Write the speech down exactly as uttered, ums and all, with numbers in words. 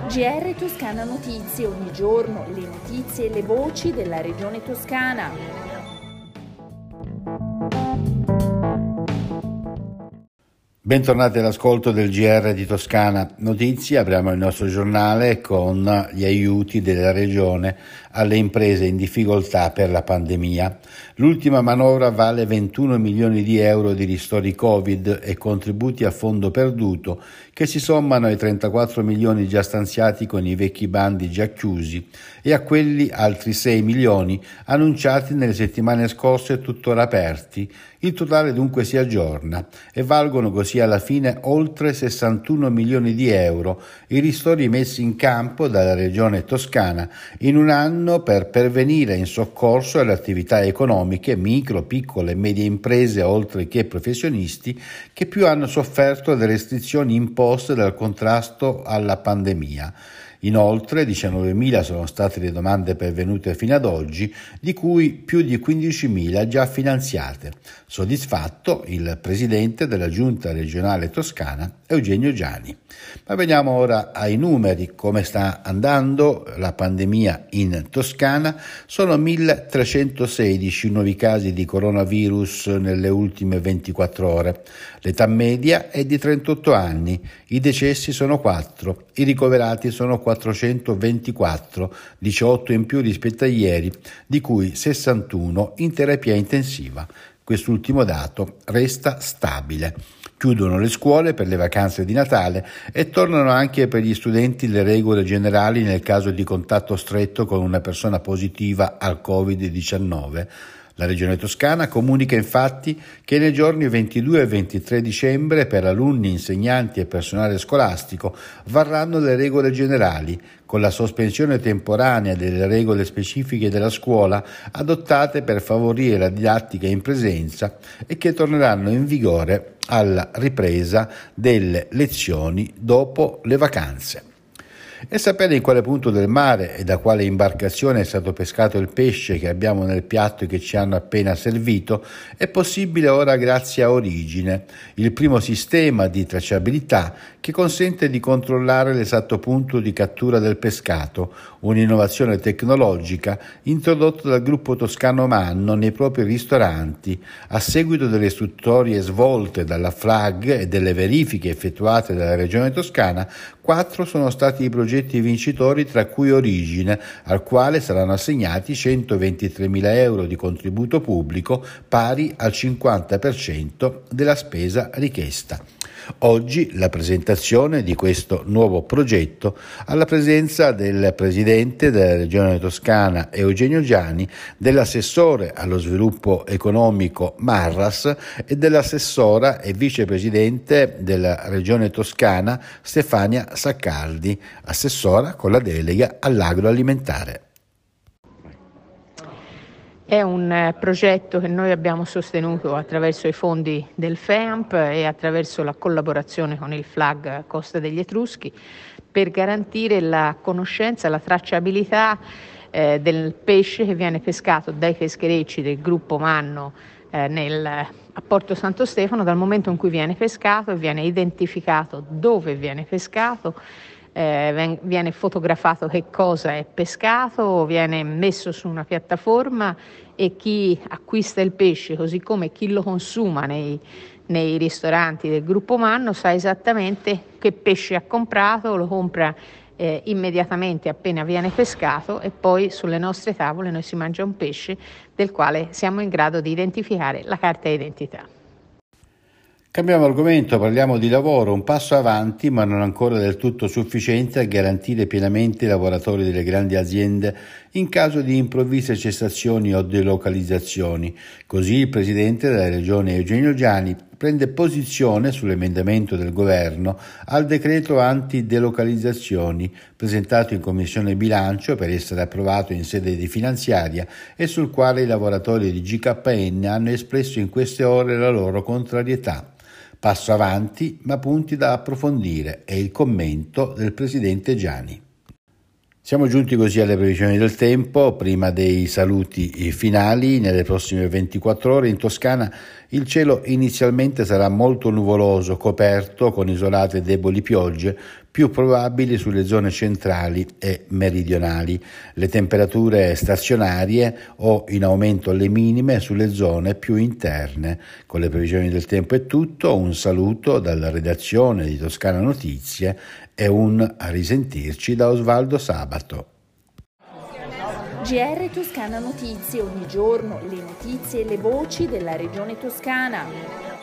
G R Toscana Notizie, ogni giorno le notizie e le voci della regione toscana. Bentornati all'ascolto del G R di Toscana Notizie. Apriamo il nostro giornale con gli aiuti della regione alle imprese in difficoltà per la pandemia. L'ultima manovra vale ventuno milioni di euro di ristori Covid e contributi a fondo perduto che si sommano ai trentaquattro milioni già stanziati con i vecchi bandi già chiusi e a quelli altri sei milioni annunciati nelle settimane scorse e tuttora aperti. Il totale dunque si aggiorna e valgono così alla fine oltre sessantuno milioni di euro i ristori messi in campo dalla regione toscana in un anno per pervenire in soccorso alle attività economiche, micro, piccole e medie imprese oltre che professionisti che più hanno sofferto delle restrizioni imposte dal contrasto alla pandemia. Inoltre diciannovemila sono state le domande pervenute fino ad oggi, di cui più di quindicimila già finanziate. Soddisfatto il presidente della Giunta regionale toscana, Eugenio Giani. Ma veniamo ora ai numeri. Come sta andando la pandemia in Toscana? Sono milletrecentosedici nuovi casi di coronavirus nelle ultime ventiquattro ore. L'età media è di trentotto anni, i decessi sono quattro, i ricoverati sono quattrocentoventiquattro, diciotto in più rispetto a ieri, di cui sessantuno in terapia intensiva. Quest'ultimo dato resta stabile. Chiudono le scuole per le vacanze di Natale e tornano anche per gli studenti le regole generali nel caso di contatto stretto con una persona positiva al covid diciannove. La Regione Toscana comunica infatti che nei giorni ventidue e ventitré dicembre per alunni, insegnanti e personale scolastico varranno le regole generali, con la sospensione temporanea delle regole specifiche della scuola adottate per favorire la didattica in presenza e che torneranno in vigore alla ripresa delle lezioni dopo le vacanze. E sapere in quale punto del mare e da quale imbarcazione è stato pescato il pesce che abbiamo nel piatto e che ci hanno appena servito è possibile ora grazie a Origine, il primo sistema di tracciabilità che consente di controllare l'esatto punto di cattura del pescato, un'innovazione tecnologica introdotta dal gruppo toscano Manno nei propri ristoranti. A seguito delle istruttorie svolte dalla F L A G e delle verifiche effettuate dalla Regione Toscana, quattro sono stati i progetti vincitori, tra cui Origine, al quale saranno assegnati centoventitremila euro di contributo pubblico pari al cinquanta per cento della spesa richiesta. Oggi la presentazione di questo nuovo progetto alla presenza del presidente della Regione Toscana Eugenio Giani, dell'assessore allo sviluppo economico Marras e dell'assessora e vicepresidente della Regione Toscana Stefania Saccardi, assessora con la delega all'agroalimentare. È un progetto che noi abbiamo sostenuto attraverso i fondi del F E A M P e attraverso la collaborazione con il F L A G Costa degli Etruschi per garantire la conoscenza, la tracciabilità eh, del pesce che viene pescato dai pescherecci del gruppo Manno eh, nel, a Porto Santo Stefano dal momento in cui viene pescato e viene identificato dove viene pescato. Eh, viene fotografato che cosa è pescato, viene messo su una piattaforma e chi acquista il pesce, così come chi lo consuma nei, nei ristoranti del gruppo Manno, sa esattamente che pesce ha comprato, lo compra eh, immediatamente appena viene pescato e poi sulle nostre tavole noi si mangia un pesce del quale siamo in grado di identificare la carta d'identità. Cambiamo argomento, parliamo di lavoro, un passo avanti ma non ancora del tutto sufficiente a garantire pienamente i lavoratori delle grandi aziende in caso di improvvise cessazioni o delocalizzazioni. Così il presidente della regione Eugenio Giani prende posizione sull'emendamento del governo al decreto anti-delocalizzazioni presentato in Commissione Bilancio per essere approvato in sede di finanziaria e sul quale i lavoratori di G K N hanno espresso in queste ore la loro contrarietà. Passo avanti, ma punti da approfondire, è il commento del presidente Giani. Siamo giunti così alle previsioni del tempo. Prima dei saluti finali, nelle prossime ventiquattro ore in Toscana il cielo inizialmente sarà molto nuvoloso, coperto con isolate deboli piogge, più probabili sulle zone centrali e meridionali, le temperature stazionarie o in aumento alle minime sulle zone più interne. Con le previsioni del tempo è tutto, un saluto dalla redazione di Toscana Notizie e un a risentirci da Osvaldo Sabato. G R Toscana Notizie, ogni giorno le notizie e le voci della regione toscana.